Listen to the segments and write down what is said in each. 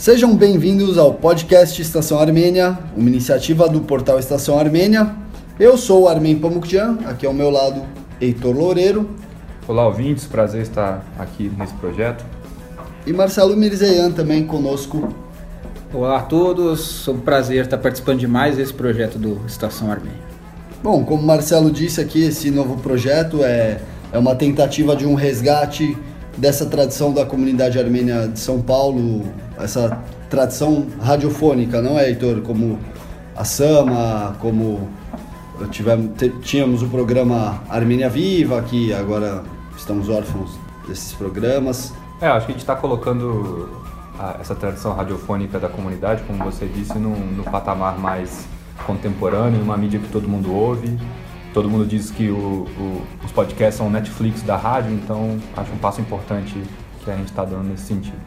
Sejam bem-vindos ao podcast Estação Armênia, uma iniciativa do portal Estação Armênia. Eu sou o Armen Pamukjian, aqui ao meu lado, Heitor Loureiro. Olá, ouvintes, prazer estar aqui nesse projeto. E Marcelo Mirzeian também conosco. Olá a todos, é um prazer estar participando de mais esse projeto do Estação Armênia. Bom, como o Marcelo disse aqui, esse novo projeto é uma tentativa de um resgate dessa tradição da comunidade armênia de São Paulo, essa tradição radiofônica, não é, Heitor? Como a Sama, como tínhamos o programa Armênia Viva, que agora estamos órfãos desses programas. Acho que a gente está colocando essa tradição radiofônica da comunidade, como você disse, no patamar mais contemporâneo, numa mídia que todo mundo ouve. Todo mundo diz que os podcasts são o Netflix da rádio, então acho um passo importante que a gente está dando nesse sentido.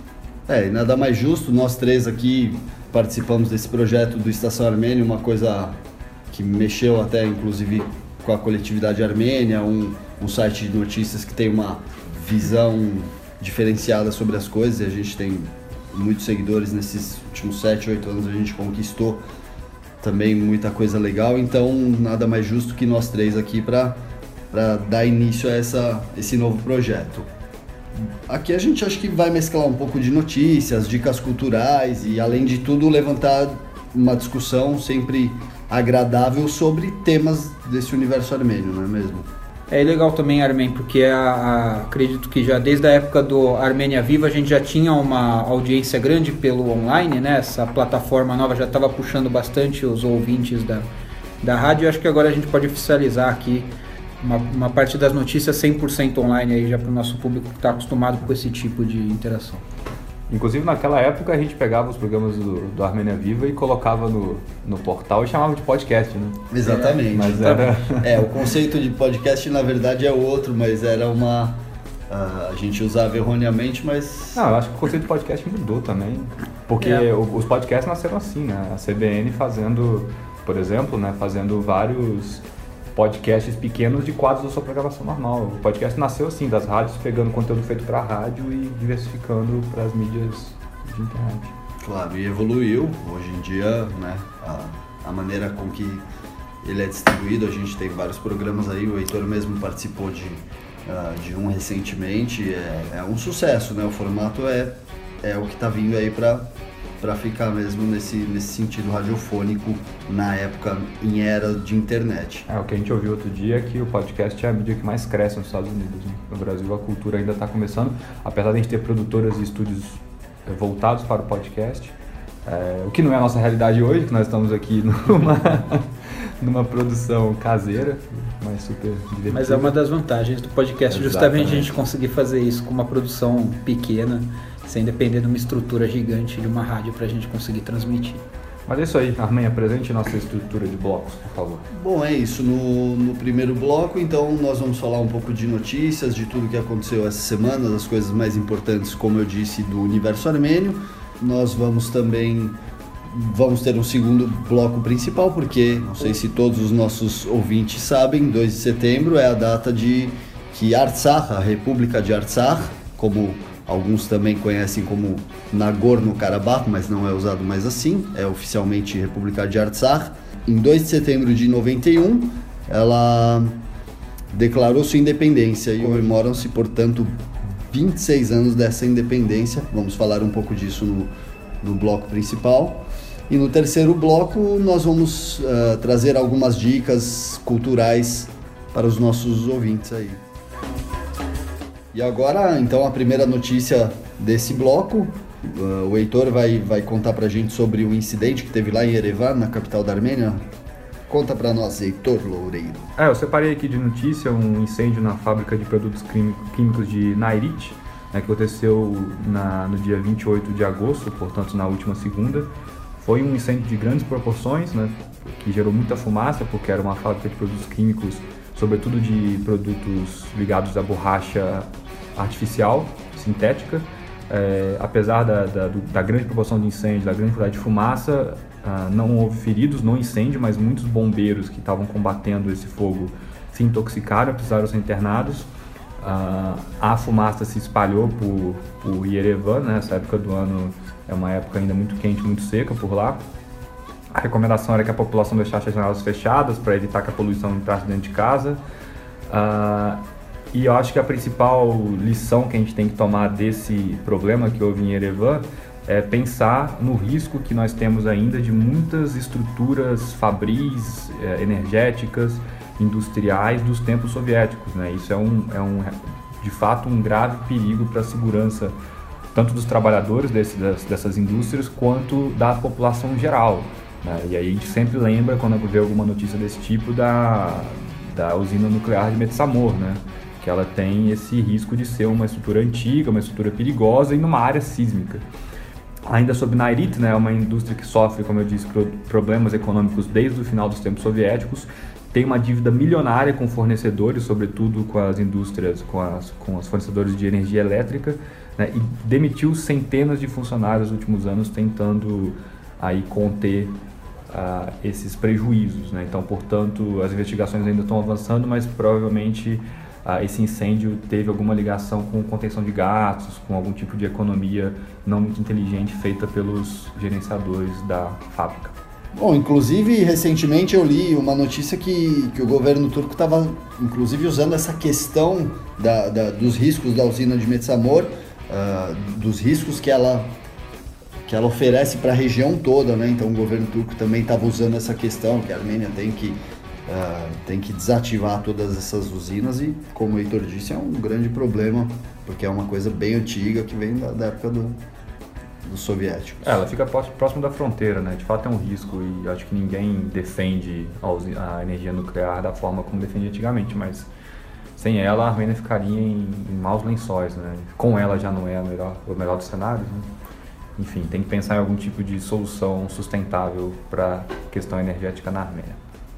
E nada mais justo, nós três aqui participamos desse projeto do Estação Armênia, uma coisa que mexeu até inclusive com a coletividade armênia, um site de notícias que tem uma visão diferenciada sobre as coisas, e a gente tem muitos seguidores nesses últimos 7, 8 anos, a gente conquistou também muita coisa legal, então nada mais justo que nós três aqui para dar início a esse novo projeto. Aqui a gente acho que vai mesclar um pouco de notícias, dicas culturais e, além de tudo, levantar uma discussão sempre agradável sobre temas desse universo armênio, não é mesmo? É legal também, Armen, porque acredito que já desde a época do Armênia Viva a gente já tinha uma audiência grande pelo online, né? Essa plataforma nova já estava puxando bastante os ouvintes da rádio. Acho que agora a gente pode oficializar aqui uma parte das notícias 100% online aí já para o nosso público que está acostumado com esse tipo de interação. Inclusive naquela época a gente pegava os programas do Armênia Viva e colocava no portal e chamava de podcast, né? Exatamente. Mas o conceito de podcast na verdade é outro, mas era a gente usava erroneamente, mas... Não, eu acho que o conceito de podcast mudou também, porque os podcasts nasceram assim, né? A CBN fazendo, por exemplo, né? Fazendo vários podcasts pequenos de quadros da sua programação normal. O podcast nasceu assim, das rádios pegando conteúdo feito para a rádio e diversificando para as mídias de internet. Claro, e evoluiu. Hoje em dia, né, a maneira com que ele é distribuído, a gente tem vários programas aí, o Heitor mesmo participou de um recentemente, é um sucesso, né? O formato é o que está vindo aí para ficar mesmo nesse sentido radiofônico na época, em era de internet. O que a gente ouviu outro dia é que o podcast é a mídia que mais cresce nos Estados Unidos, né? No Brasil a cultura ainda está começando, apesar de a gente ter produtoras e estúdios voltados para o podcast, o que não é a nossa realidade hoje, que nós estamos aqui numa produção caseira, mas super divertida. Mas é uma das vantagens do podcast, justamente a gente conseguir fazer isso com uma produção pequena, sem depender de uma estrutura gigante de uma rádio para a gente conseguir transmitir. Mas é isso aí, Armen, apresente nossa estrutura de blocos, por favor. Bom, é isso. No primeiro bloco, então, nós vamos falar um pouco de notícias, de tudo que aconteceu essa semana, das coisas mais importantes, como eu disse, do universo armênio. Nós vamos ter um segundo bloco principal, porque, não sei se todos os nossos ouvintes sabem, 2 de setembro é a data que Artsakh, a República de Artsakh, como alguns também conhecem como Nagorno-Karabakh, mas não é usado mais assim, é oficialmente República de Artsakh. Em 2 de setembro de 91, ela declarou sua independência e comemoram-se, portanto, 26 anos dessa independência. Vamos falar um pouco disso no bloco principal. E no terceiro bloco nós vamos trazer algumas dicas culturais para os nossos ouvintes aí. E agora, então, a primeira notícia desse bloco, o Heitor vai contar pra gente sobre o incidente que teve lá em Yerevan, na capital da Armênia. Conta pra nós, Heitor Loureiro. Eu separei aqui de notícia um incêndio na fábrica de produtos químicos de Nairit, né, que aconteceu no dia 28 de agosto, portanto na última segunda. Foi um incêndio de grandes proporções, né, que gerou muita fumaça, porque era uma fábrica de produtos químicos, sobretudo de produtos ligados à borracha artificial, sintética. Apesar da grande proporção de incêndio, da grande quantidade de fumaça, não houve feridos no incêndio, mas muitos bombeiros que estavam combatendo esse fogo se intoxicaram, precisaram ser internados. A fumaça se espalhou por Yerevan, né? Essa época do ano é uma época ainda muito quente, muito seca por lá. A recomendação era que a população deixasse as janelas fechadas para evitar que a poluição entrasse dentro de casa. E eu acho que a principal lição que a gente tem que tomar desse problema que houve em Yerevan é pensar no risco que nós temos ainda de muitas estruturas fabris, energéticas, industriais dos tempos soviéticos, né? Isso é de fato um grave perigo para a segurança tanto dos trabalhadores dessas indústrias quanto da população em geral, né? E aí a gente sempre lembra, quando vê alguma notícia desse tipo, da usina nuclear de Metsamor, né? Que ela tem esse risco de ser uma estrutura antiga, uma estrutura perigosa e numa área sísmica. Ainda sobre Nairit, né, é uma indústria que sofre, como eu disse, problemas econômicos desde o final dos tempos soviéticos, tem uma dívida milionária com fornecedores, sobretudo com as indústrias, com os fornecedores de energia elétrica, né, e demitiu centenas de funcionários nos últimos anos tentando aí conter esses prejuízos, né? Então, portanto, as investigações ainda estão avançando, mas provavelmente esse incêndio teve alguma ligação com contenção de gastos, com algum tipo de economia não muito inteligente feita pelos gerenciadores da fábrica. Bom, inclusive, recentemente eu li uma notícia que o governo turco estava, inclusive, usando essa questão dos riscos da usina de Metsamor, dos riscos que ela oferece para a região toda, né? Então o governo turco também estava usando essa questão, que a Armênia tem que desativar todas essas usinas e, como o Heitor disse, é um grande problema, porque é uma coisa bem antiga que vem da época dos soviéticos. Ela fica próximo da fronteira, né? De fato é um risco e acho que ninguém defende a energia nuclear da forma como defendia antigamente, mas sem ela a Armênia ficaria em maus lençóis, né? Com ela já não é o melhor dos cenários, né? Enfim, tem que pensar em algum tipo de solução sustentável para a questão energética na Armênia.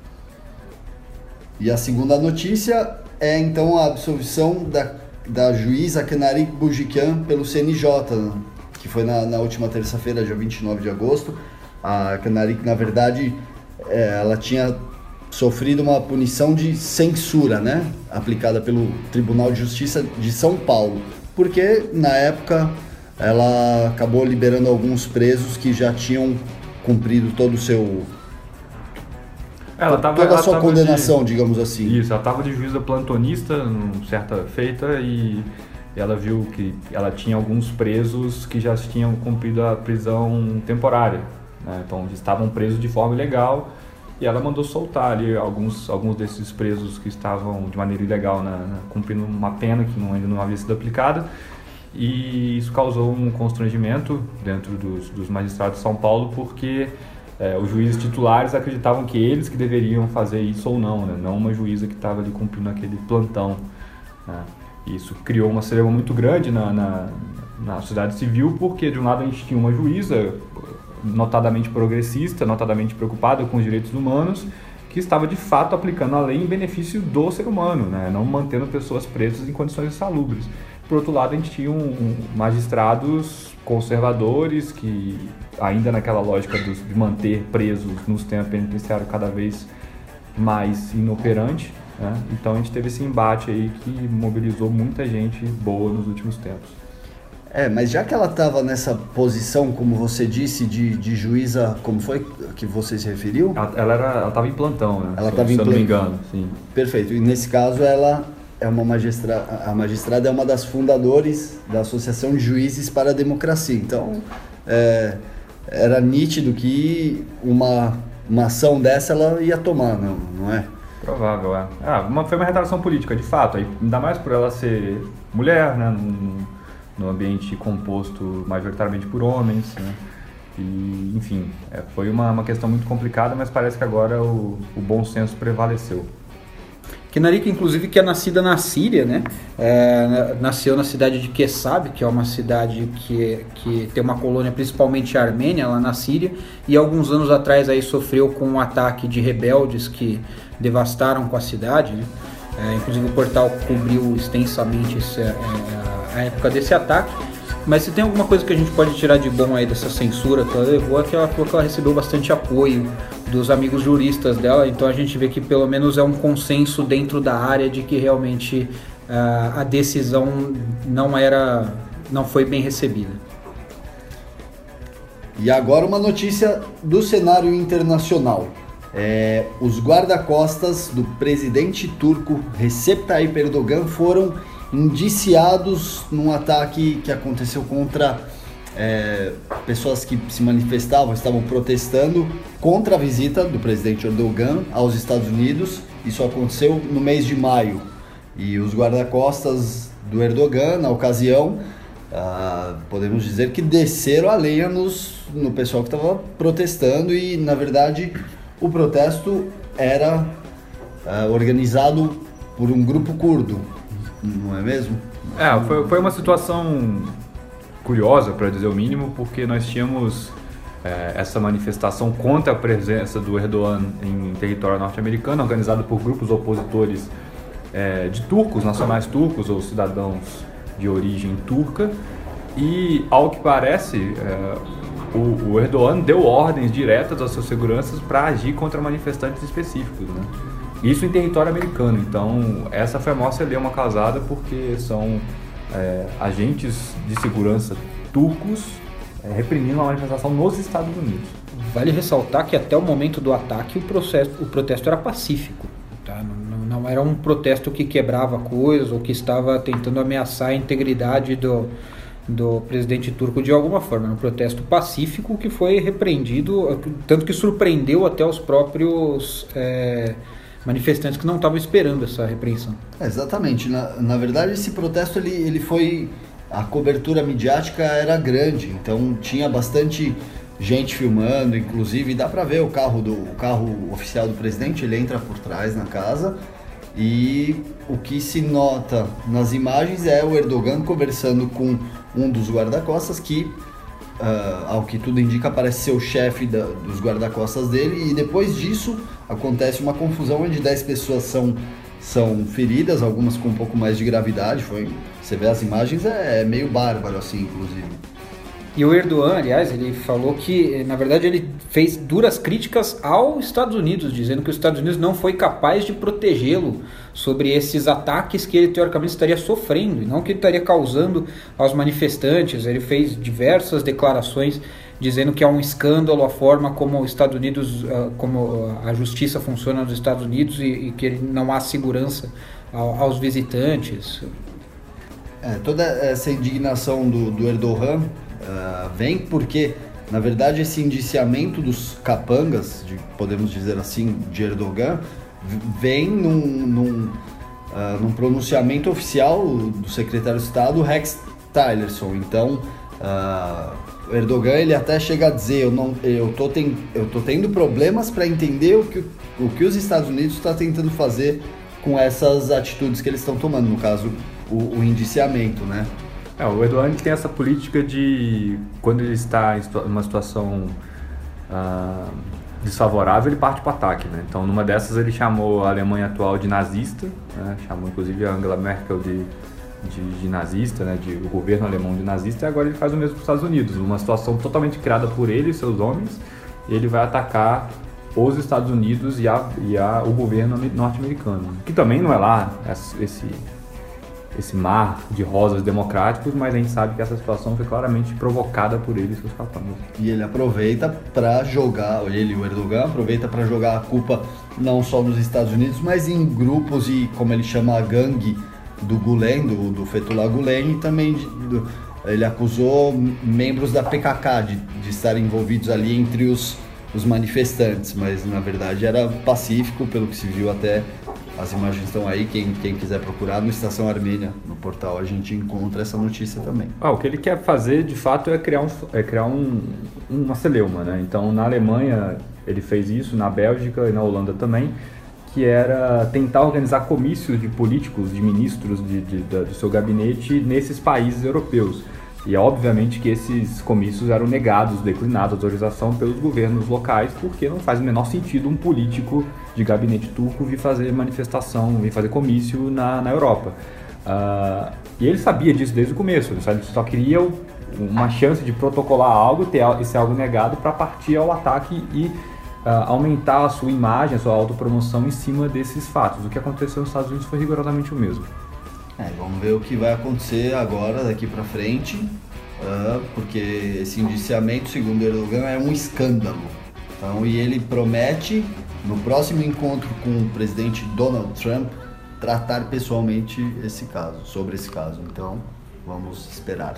E a segunda notícia é então a absolvição da juíza Kenarik Bujikyan pelo CNJ, né? Que foi na última terça-feira, dia 29 de agosto. A Kenarik, na verdade, ela tinha sofrido uma punição de censura, né? Aplicada pelo Tribunal de Justiça de São Paulo, porque na época ela acabou liberando alguns presos que já tinham cumprido todo o seu... toda a sua condenação, digamos assim. Isso, ela estava de juíza plantonista, numa certa feita, e ela viu que ela tinha alguns presos que já tinham cumprido a prisão temporária, né? Então, eles estavam presos de forma ilegal, e ela mandou soltar ali alguns desses presos que estavam de maneira ilegal, cumprindo uma pena que ainda não havia sido aplicada, e isso causou um constrangimento dentro dos magistrados de São Paulo, porque os juízes titulares acreditavam que eles que deveriam fazer isso ou não, né? Não uma juíza que estava ali cumprindo aquele plantão, né? Isso criou uma celeuma muito grande na sociedade civil, porque de um lado a gente tinha uma juíza notadamente progressista, notadamente preocupada com os direitos humanos, que estava de fato aplicando a lei em benefício do ser humano, né? Não mantendo pessoas presas em condições insalubres. Por outro lado, a gente tinha magistrados conservadores que, ainda naquela lógica de manter presos no sistema penitenciário cada vez mais inoperante, né? Então a gente teve esse embate aí que mobilizou muita gente boa nos últimos tempos. Mas já que ela estava nessa posição, como você disse, de juíza, como foi que você se referiu? Ela estava em plantão, né? Se eu não me engano, sim. Perfeito. E nesse caso ela é uma a magistrada é uma das fundadoras da Associação de Juízes para a Democracia. Então, era nítido que uma ação dessa ela ia tomar, não é? Provável, foi uma retaliação política, de fato, ainda mais por ela ser mulher, né? No ambiente composto majoritariamente por homens, né? E, enfim, foi uma questão muito complicada, mas parece que agora o bom senso prevaleceu. Kenarik, inclusive, que é nascida na Síria, né? Nasceu na cidade de Kessab, que é uma cidade que tem uma colônia principalmente armênia lá na Síria, e alguns anos atrás aí sofreu com um ataque de rebeldes que devastaram com a cidade, né? Inclusive o portal cobriu extensamente a época desse ataque. Mas se tem alguma coisa que a gente pode tirar de bom aí dessa censura que ela levou, é que ela recebeu bastante apoio dos amigos juristas dela. Então a gente vê que pelo menos é um consenso dentro da área de que realmente a decisão não foi bem recebida. E agora uma notícia do cenário internacional. Os guarda-costas do presidente turco Recep Tayyip Erdogan foram indiciados num ataque que aconteceu contra pessoas que se manifestavam, estavam protestando contra a visita do presidente Erdogan aos Estados Unidos. Isso aconteceu no mês de maio. E os guarda-costas do Erdogan, na ocasião, podemos dizer que desceram a lenha no pessoal que estava protestando, e, na verdade, o protesto era organizado por um grupo curdo, não é mesmo? Foi uma situação curiosa, para dizer o mínimo, porque nós tínhamos essa manifestação contra a presença do Erdogan em território norte-americano, organizada por grupos opositores de turcos, nacionais turcos ou cidadãos de origem turca, e, ao que parece, o Erdogan deu ordens diretas aos seus seguranças para agir contra manifestantes específicos, né? Isso em território americano. Então, essa foi a maior celeuma causada, porque são agentes de segurança turcos reprimindo uma manifestação nos Estados Unidos. Vale ressaltar que até o momento do ataque o protesto era pacífico, tá? Não era um protesto que quebrava coisas ou que estava tentando ameaçar a integridade do presidente turco de alguma forma. Era um protesto pacífico que foi repreendido, tanto que surpreendeu até os próprios manifestantes que não estavam esperando essa repreensão. Exatamente. Na verdade, esse protesto ele foi... A cobertura midiática era grande, então tinha bastante gente filmando, inclusive dá para ver o carro oficial do presidente, ele entra por trás na casa, e o que se nota nas imagens é o Erdogan conversando com um dos guarda-costas que, ao que tudo indica, parece ser o chefe dos guarda-costas dele, e depois disso acontece uma confusão onde 10 pessoas são feridas, algumas com um pouco mais de gravidade. Você vê as imagens, é meio bárbaro assim, inclusive. E o Erdogan, aliás, ele falou que, na verdade, ele fez duras críticas aos Estados Unidos, dizendo que os Estados Unidos não foi capaz de protegê-lo sobre esses ataques que ele, teoricamente, estaria sofrendo, e não que ele estaria causando aos manifestantes. Ele fez diversas declarações dizendo que é um escândalo a forma como os Estados Unidos, como a justiça funciona nos Estados Unidos, e que não há segurança aos visitantes. Toda essa indignação do Erdogan vem porque, na verdade, esse indiciamento dos capangas, podemos dizer assim, de Erdogan, vem num pronunciamento oficial do secretário de Estado, Rex Tillerson. Então, o Erdogan, ele até chega a dizer: eu tô tendo problemas para entender o que os Estados Unidos estão tentando fazer com essas atitudes que eles estão tomando, no caso, o indiciamento, né? O Erdogan tem essa política de, quando ele está em uma situação desfavorável, ele parte para o ataque, né? Então, numa dessas, ele chamou a Alemanha atual de nazista, né? Chamou inclusive a Angela Merkel de nazista, né? O governo alemão de nazista, e agora ele faz o mesmo com os Estados Unidos. Uma situação totalmente criada por ele e seus homens, ele vai atacar os Estados Unidos e o governo norte-americano, que também não é lá esse mar de rosas democráticos, mas a gente sabe que essa situação foi claramente provocada por ele e seus capangas. E ele aproveita para jogar, o Erdogan aproveita para jogar a culpa não só nos Estados Unidos, mas em grupos, e como ele chama a gangue do Gulen, do Fethullah Gulen, e também ele acusou membros da PKK de estarem envolvidos ali entre os manifestantes, mas na verdade era pacífico, pelo que se viu. Até as imagens estão aí, quem quiser procurar no Estação Armênia, no portal, a gente encontra essa notícia também. O que ele quer fazer, de fato, é criar uma celeuma, né? Então, na Alemanha ele fez isso, na Bélgica e na Holanda também, que era tentar organizar comícios de políticos, de ministros do seu gabinete nesses países europeus. E obviamente que esses comícios eram negados, declinados, autorização pelos governos locais, porque não faz o menor sentido um político de gabinete turco vir fazer manifestação, vir fazer comício na Europa. E ele sabia disso desde o começo, ele só queria uma chance de protocolar algo, ter esse algo negado para partir ao ataque e aumentar a sua imagem, a sua autopromoção em cima desses fatos. O que aconteceu nos Estados Unidos foi rigorosamente o mesmo. Vamos ver o que vai acontecer agora, daqui para frente, porque esse indiciamento, segundo Erdogan, é um escândalo. Então, e ele promete, no próximo encontro com o presidente Donald Trump, tratar pessoalmente sobre esse caso. Então, vamos esperar.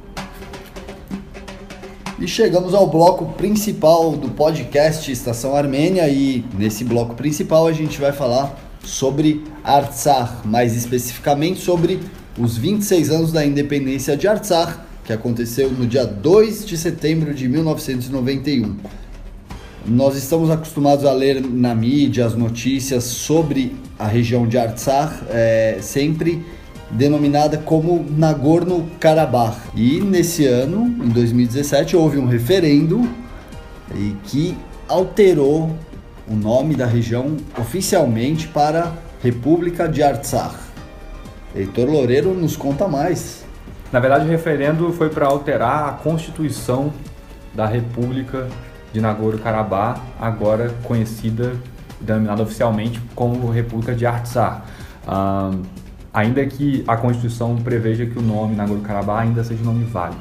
E chegamos ao bloco principal do podcast Estação Armênia, e nesse bloco principal a gente vai falar sobre Artsakh, mais especificamente sobre os 26 anos da independência de Artsakh, que aconteceu no dia 2 de setembro de 1991. Nós estamos acostumados a ler na mídia as notícias sobre a região de Artsakh, sempre denominada como Nagorno-Karabakh. E nesse ano, em 2017, houve um referendo que alterou o nome da região oficialmente para República de Artsakh. Heitor Loureiro nos conta mais. Na verdade, o referendo foi para alterar a constituição da República de Nagorno-Karabakh, agora conhecida, denominada oficialmente como República de Artsakh. Ainda que a Constituição preveja que o nome Nagorno-Karabakh ainda seja um nome válido.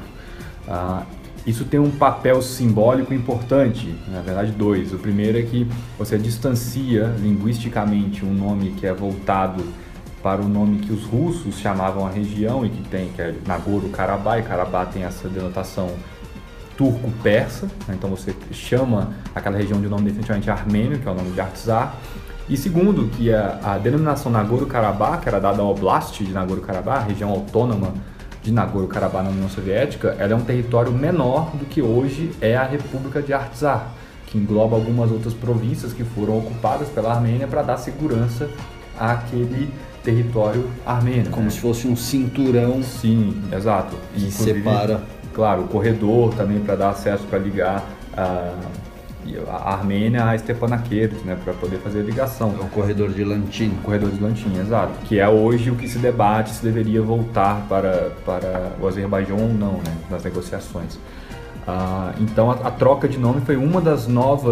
Isso tem um papel simbólico importante, na verdade dois. O primeiro é que você distancia linguisticamente um nome que é voltado para o nome que os russos chamavam a região, que é Nagorno-Karabakh, e Karabakh tem essa denotação turco-persa, né? Então você chama aquela região de nome definitivamente armênio, que é o nome de Artsakh. E segundo, que a denominação Nagorno-Karabakh, que era dada ao Oblast de Nagorno-Karabakh, região autônoma de Nagorno-Karabakh na União Soviética, ela é um território menor do que hoje é a República de Artsakh, que engloba algumas outras províncias que foram ocupadas pela Armênia para dar segurança àquele território armênio. Como se fosse um cinturão. Sim, exato. Que separa. Claro, o corredor também para dar acesso, para ligar a Armênia a Stepanakert, né, para poder fazer a ligação. É o corredor de Lantin. O corredor de Lantin, exato. Que é hoje o que se debate se deveria voltar para o Azerbaijão ou não, né, nas negociações. Então a troca de nome foi uma das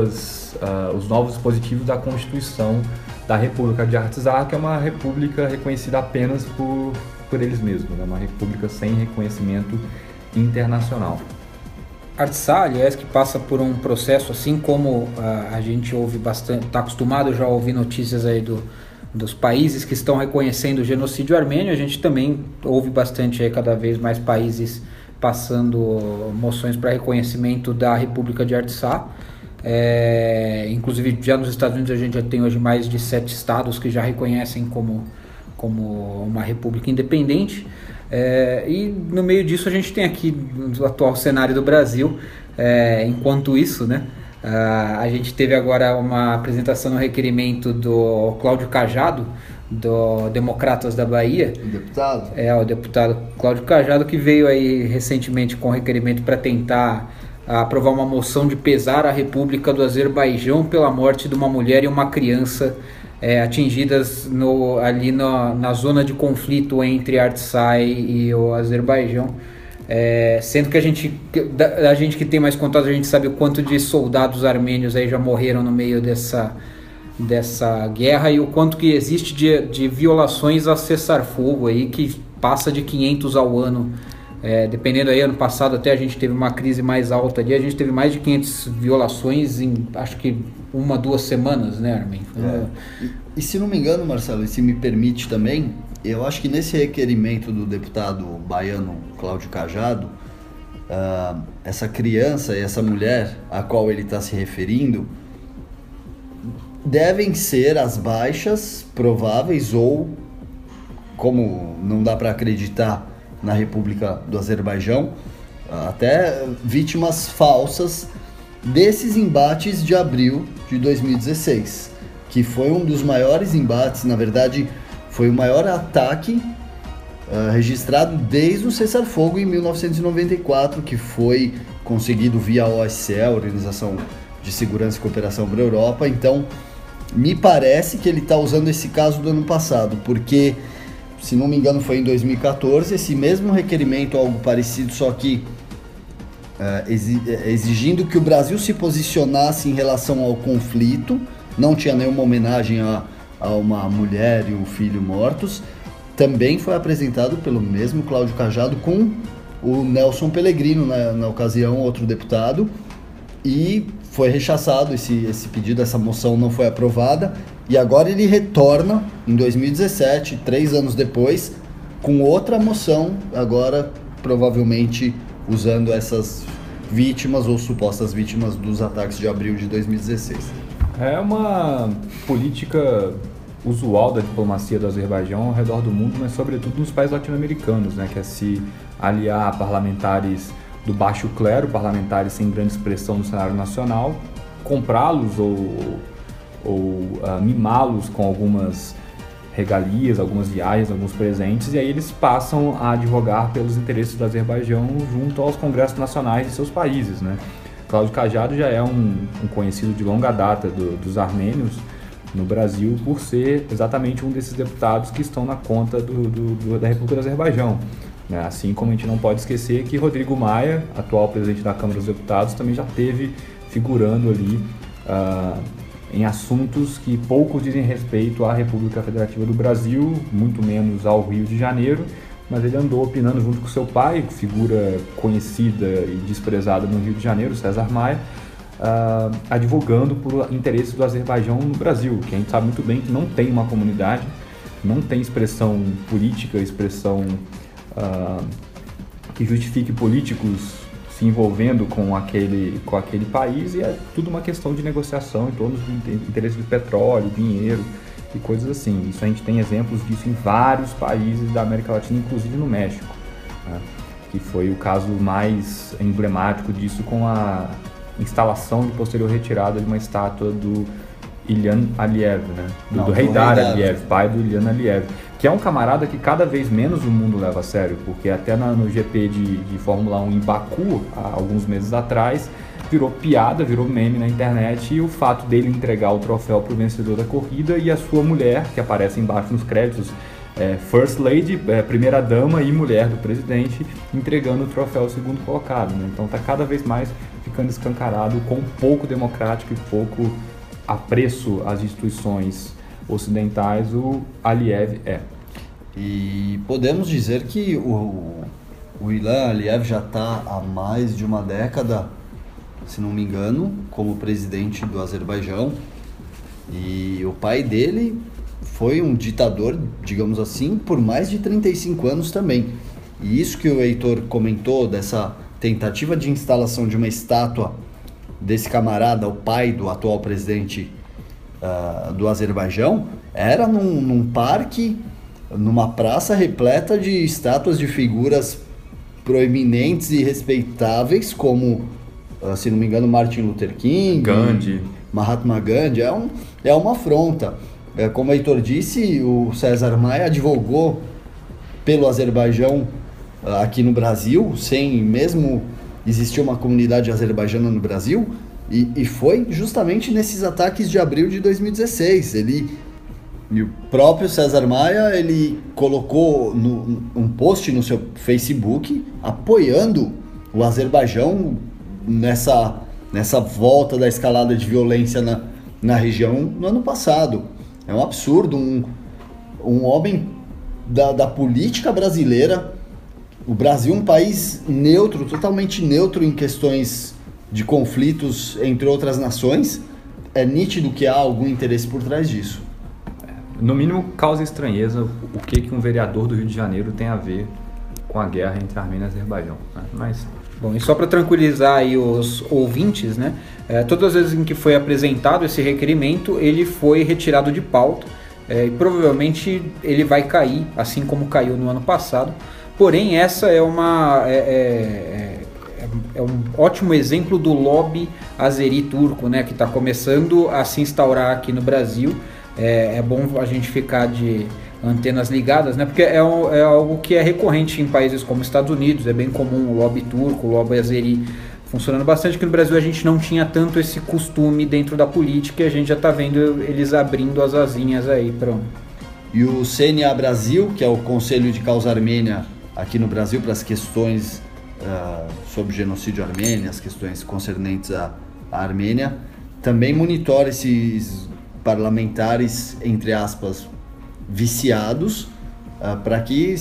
os novos dispositivos da Constituição da República de Artsakh, que é uma república reconhecida apenas por eles mesmos, né, uma república sem reconhecimento internacional. Artsakh, aliás, que passa por um processo, assim como a gente ouve bastante, está acostumado já a ouvir notícias aí dos países que estão reconhecendo o genocídio armênio, a gente também ouve bastante aí cada vez mais países passando moções para reconhecimento da República de Artsakh. Inclusive já nos Estados Unidos a gente já tem hoje mais de 7 estados que já reconhecem como uma república independente. E no meio disso a gente tem aqui o atual cenário do Brasil. Enquanto isso, né, a gente teve agora uma apresentação no requerimento do Cláudio Cajado, do Democratas da Bahia. O deputado? O deputado Cláudio Cajado, que veio aí recentemente com requerimento para tentar aprovar uma moção de pesar a República do Azerbaijão pela morte de uma mulher e uma criança atingidas ali na zona de conflito entre Artsakh e o Azerbaijão. Sendo que a gente que tem mais contato, a gente sabe o quanto de soldados armênios aí já morreram no meio dessa guerra e o quanto que existe de violações a cessar-fogo aí, que passa de 500 ao ano. Dependendo aí, ano passado até a gente teve uma crise mais alta ali, a gente teve mais de 500 violações em, acho que 1-2 semanas, né, Armin? E se não me engano, Marcelo, e se me permite também, eu acho que nesse requerimento do deputado baiano Cláudio Cajado, essa criança e essa mulher a qual ele está se referindo devem ser as baixas prováveis ou, como não dá para acreditar na República do Azerbaijão, até vítimas falsas desses embates de abril de 2016, que foi um dos maiores embates, na verdade foi o maior ataque registrado desde o cessar-fogo em 1994, que foi conseguido via OSCE, Organização de Segurança e Cooperação para a Europa. Então me parece que ele está usando esse caso do ano passado, porque se não me engano foi em 2014, esse mesmo requerimento, algo parecido, só que exigindo que o Brasil se posicionasse em relação ao conflito, não tinha nenhuma homenagem a uma mulher e um filho mortos, também foi apresentado pelo mesmo Cláudio Cajado com o Nelson Pellegrino, na ocasião, outro deputado, e foi rechaçado esse pedido, essa moção não foi aprovada, e agora ele retorna em 2017, 3 anos depois, com outra moção, agora provavelmente usando essas vítimas ou supostas vítimas dos ataques de abril de 2016. É uma política usual da diplomacia do Azerbaijão ao redor do mundo, mas sobretudo nos países latino-americanos, né, que é se aliar a parlamentares do baixo clero, parlamentares sem grande expressão no cenário nacional, comprá-los ou mimá-los com algumas regalias, algumas viagens, alguns presentes, e aí eles passam a advogar pelos interesses do Azerbaijão junto aos congressos nacionais de seus países, né? Cláudio Cajado já é um conhecido de longa data dos armênios no Brasil por ser exatamente um desses deputados que estão na conta da República do Azerbaijão, né? Assim como a gente não pode esquecer que Rodrigo Maia, atual presidente da Câmara dos Deputados, também já esteve figurando ali em assuntos que pouco dizem respeito à República Federativa do Brasil, muito menos ao Rio de Janeiro, mas ele andou opinando junto com seu pai, figura conhecida e desprezada no Rio de Janeiro, César Maia, advogando por interesses do Azerbaijão no Brasil, que a gente sabe muito bem que não tem uma comunidade, não tem expressão política, expressão que justifique políticos se envolvendo com aquele país, e é tudo uma questão de negociação em torno do interesse de petróleo, dinheiro e coisas assim. Isso a gente tem exemplos disso em vários países da América Latina, inclusive no México, né? Que foi o caso mais emblemático disso com a instalação de posterior retirada de uma estátua do Ilham Aliyev, né? do Heydar Aliyev, pai do Ilham Aliyev, que é um camarada que cada vez menos o mundo leva a sério, porque até no GP de Fórmula 1 em Baku, há alguns meses atrás, virou piada, virou meme na internet, e o fato dele entregar o troféu para o vencedor da corrida e a sua mulher, que aparece embaixo nos créditos, First Lady, primeira dama e mulher do presidente, entregando o troféu ao segundo colocado, né? Então está cada vez mais ficando escancarado quão pouco democrático e pouco apreço às instituições ocidentais o Aliyev é. E podemos dizer que o Ilham Aliyev já está há mais de uma década, se não me engano, como presidente do Azerbaijão, e o pai dele foi um ditador, digamos assim, por mais de 35 anos também. E isso que o Heitor comentou, dessa tentativa de instalação de uma estátua desse camarada, o pai do atual presidente do Azerbaijão, era num parque, numa praça repleta de estátuas de figuras proeminentes e respeitáveis, como, se não me engano, Martin Luther King, Gandhi, Mahatma Gandhi. É uma afronta. Como o Heitor disse, o César Maia advogou pelo Azerbaijão aqui no Brasil, sem mesmo existir uma comunidade azerbaijana no Brasil, e foi justamente nesses ataques de abril de 2016. E o próprio César Maia, ele colocou um post no seu Facebook apoiando o Azerbaijão nessa volta da escalada de violência na região no ano passado. É um absurdo, um homem da política brasileira, o Brasil um país neutro, totalmente neutro em questões de conflitos entre outras nações, é nítido que há algum interesse por trás disso. No mínimo, causa estranheza o que um vereador do Rio de Janeiro tem a ver com a guerra entre Armênia e Azerbaijão, né? Mas... Bom, e só para tranquilizar aí os ouvintes, né? Todas as vezes em que foi apresentado esse requerimento, ele foi retirado de pauta, e provavelmente ele vai cair, assim como caiu no ano passado. Porém, essa é um ótimo exemplo do lobby azeri turco, né? Que está começando a se instaurar aqui no Brasil. É bom a gente ficar de antenas ligadas, né? Porque é algo que é recorrente em países como Estados Unidos, é bem comum o lobby turco, o lobby azeri funcionando bastante. Aqui no Brasil a gente não tinha tanto esse costume dentro da política, e a gente já está vendo eles abrindo as asinhas aí para... E o CNA Brasil, que é o Conselho de Causa Armênia aqui no Brasil, para as questões sobre o genocídio armênio, as questões concernentes à Armênia, também monitora esses parlamentares, entre aspas, viciados, para que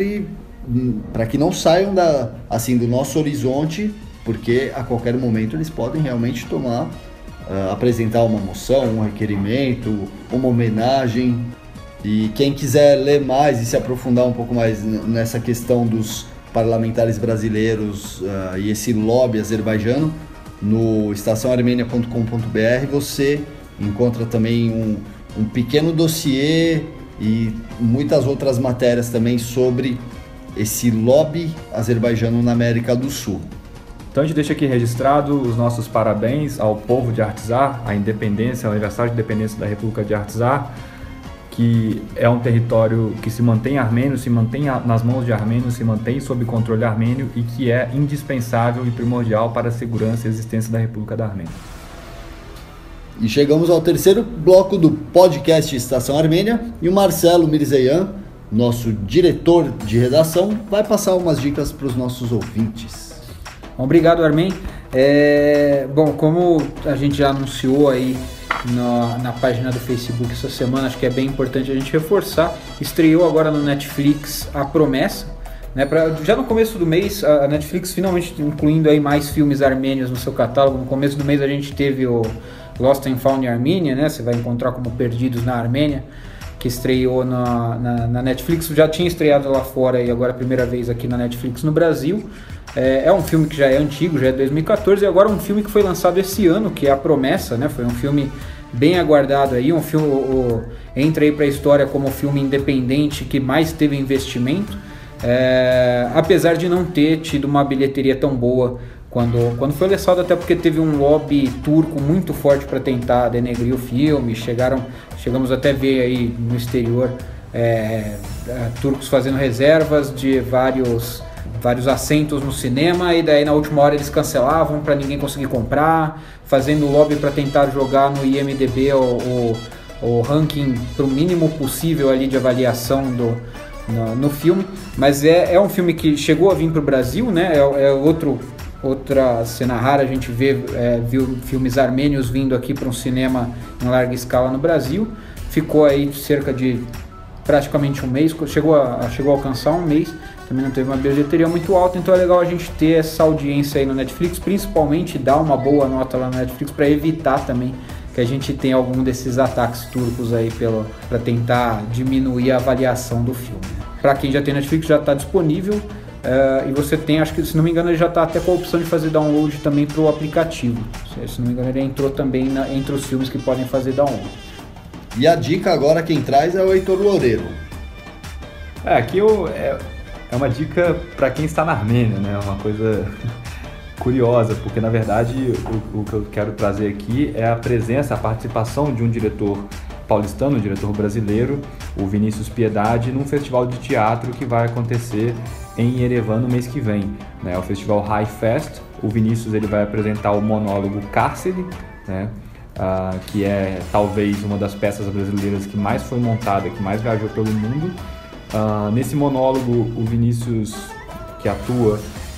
não saiam do nosso horizonte, porque a qualquer momento eles podem realmente apresentar uma moção, um requerimento, uma homenagem. E quem quiser ler mais e se aprofundar um pouco mais nessa questão dos parlamentares brasileiros e esse lobby azerbaijano, no estaçãoarmênia.com.br você encontra também um pequeno dossiê e muitas outras matérias também sobre esse lobby azerbaijano na América do Sul. Então a gente deixa aqui registrado os nossos parabéns ao povo de Artsakh, à independência, ao aniversário de independência da República de Artsakh, que é um território que se mantém armênio, se mantém nas mãos de armênios, se mantém sob controle armênio e que é indispensável e primordial para a segurança e existência da República da Armênia. E chegamos ao terceiro bloco do podcast Estação Armênia, e o Marcelo Mirzeyan, nosso diretor de redação, vai passar umas dicas para os nossos ouvintes. Obrigado, Armen. Bom, como a gente já anunciou aí na página do Facebook essa semana, acho que é bem importante a gente reforçar, estreou agora no Netflix A Promessa, né? Já no começo do mês, a Netflix finalmente incluindo aí mais filmes armênios no seu catálogo. No começo do mês a gente teve o Lost and Found in Armenia, né? Você vai encontrar como Perdidos na Armênia, que estreou na Netflix, já tinha estreado lá fora e agora a primeira vez aqui na Netflix no Brasil. É um filme que já é antigo, já é 2014, e agora um filme que foi lançado esse ano, que é A Promessa, né? Foi um filme bem aguardado aí, um filme entra aí para a história como o filme independente que mais teve investimento, apesar de não ter tido uma bilheteria tão boa quando foi lançado, até porque teve um lobby turco muito forte para tentar denegrir o filme. Chegamos até a ver aí no exterior turcos fazendo reservas de vários assentos no cinema, e daí na última hora eles cancelavam para ninguém conseguir comprar, fazendo lobby para tentar jogar no IMDb o ranking para o mínimo possível ali de avaliação no filme. Mas é um filme que chegou a vir para o Brasil, né? Outra cena rara, a gente viu filmes armênios vindo aqui para um cinema em larga escala no Brasil. Ficou aí cerca de praticamente um mês, chegou a alcançar um mês, também não teve uma bilheteria muito alta, então é legal a gente ter essa audiência aí no Netflix, principalmente dar uma boa nota lá no Netflix para evitar também que a gente tenha algum desses ataques turcos aí para tentar diminuir a avaliação do filme. Para quem já tem Netflix, já está disponível. E você tem, acho que se não me engano, ele já está até com a opção de fazer download também para o aplicativo. Se não me engano, ele entrou também entre os filmes que podem fazer download. E a dica agora quem traz é o Heitor Loureiro. Aqui é uma dica para quem está na Armênia, né? Uma coisa curiosa, porque na verdade o que eu quero trazer aqui é a participação de um diretor paulistano, um diretor brasileiro, o Vinícius Piedade, num festival de teatro que vai acontecer em Yerevan no mês que vem, né? O festival High Fest. O Vinícius ele vai apresentar o monólogo Cárcere, né? Que é talvez uma das peças brasileiras que mais foi montada, que mais viajou pelo mundo. Nesse monólogo, o Vinícius, que atua,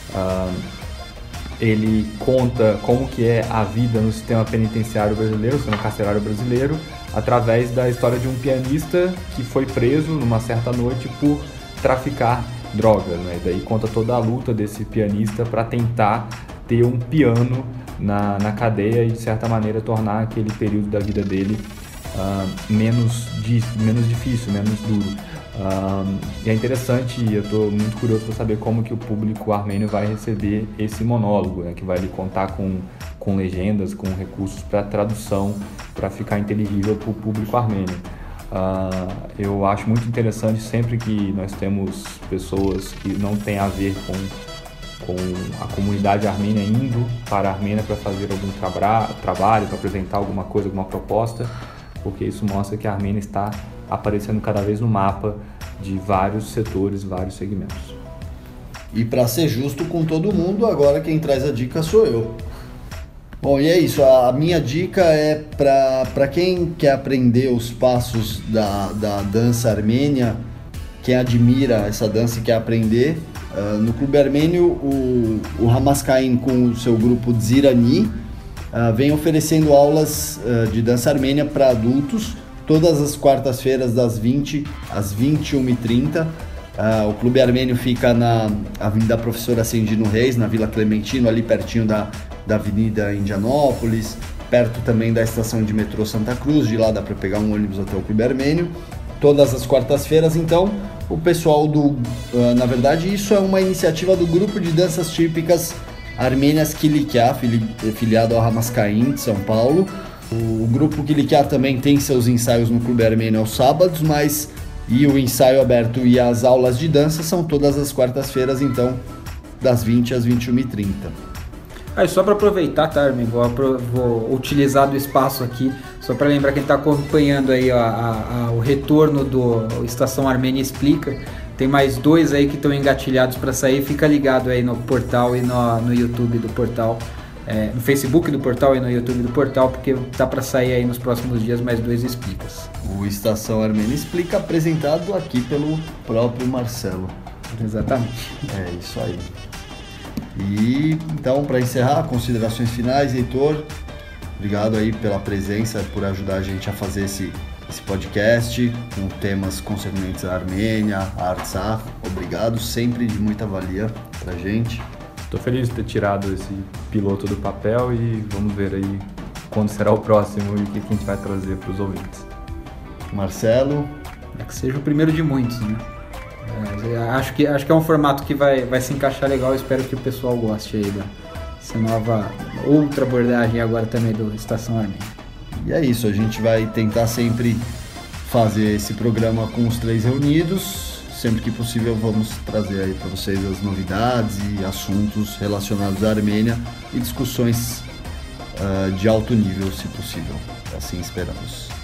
ele conta como que é a vida no sistema penitenciário brasileiro, no sistema carcerário brasileiro, através da história de um pianista que foi preso numa certa noite por traficar drogas, né? E daí conta toda a luta desse pianista para tentar ter um piano na cadeia e de certa maneira tornar aquele período da vida dele menos difícil, menos duro. E é interessante, e eu estou muito curioso para saber como que o público armênio vai receber esse monólogo, né, que vai lhe contar com legendas, com recursos para tradução, para ficar inteligível para o público armênio. Eu acho muito interessante sempre que nós temos pessoas que não têm a ver com a comunidade armênia indo para a Armênia para fazer algum trabalho, para apresentar alguma coisa, alguma proposta, porque isso mostra que a Armênia está aparecendo cada vez no mapa de vários setores, vários segmentos. E para ser justo com todo mundo, agora quem traz a dica sou eu. Bom, e é isso, a minha dica é para quem quer aprender os passos da dança armênia, quem admira essa dança e quer aprender. No Clube Armênio, o Hamaskain com o seu grupo Dzirani vem oferecendo aulas de dança armênia para adultos todas as quartas-feiras das 20 às 21h30. O Clube Armênio fica na Avenida Professor Ascendino Reis, na Vila Clementino, ali pertinho da Avenida Indianópolis, perto também da estação de metrô Santa Cruz. De lá dá para pegar um ônibus até o Clube Armênio. Todas as quartas-feiras, então, o pessoal na verdade, isso é uma iniciativa do Grupo de Danças Típicas Armênias Kilikia, filiado ao Ramascaim de São Paulo. O Grupo Kilikia também tem seus ensaios no Clube Armênio aos sábados, e o ensaio aberto e as aulas de dança são todas as quartas-feiras, então, das 20 às 21h30. Só para aproveitar, tá, Armin? Vou utilizar do espaço aqui, só para lembrar quem está acompanhando aí o retorno do Estação Armênia Explica. Tem mais 2 aí que estão engatilhados para sair. Fica ligado aí no portal e no YouTube do portal, no Facebook do portal e no YouTube do portal, porque tá para sair aí nos próximos dias mais 2 explicas. O Estação Armênia Explica, apresentado aqui pelo próprio Marcelo. Exatamente. É isso aí. E então, para encerrar, considerações finais, Heitor, obrigado aí pela presença, por ajudar a gente a fazer esse podcast com temas concernentes à Armênia, à Artsakh. Obrigado, sempre de muita valia pra gente. Estou feliz de ter tirado esse piloto do papel e vamos ver aí quando será o próximo e o que a gente vai trazer para os ouvintes. Marcelo? Que seja o primeiro de muitos, né? Acho que é um formato que vai se encaixar legal. Espero que o pessoal goste aí dessa nova, outra abordagem agora também do Estação Armênia. E é isso, a gente vai tentar sempre fazer esse programa com os 3 reunidos. Sempre que possível vamos trazer aí para vocês as novidades e assuntos relacionados à Armênia e discussões de alto nível, se possível. Assim esperamos.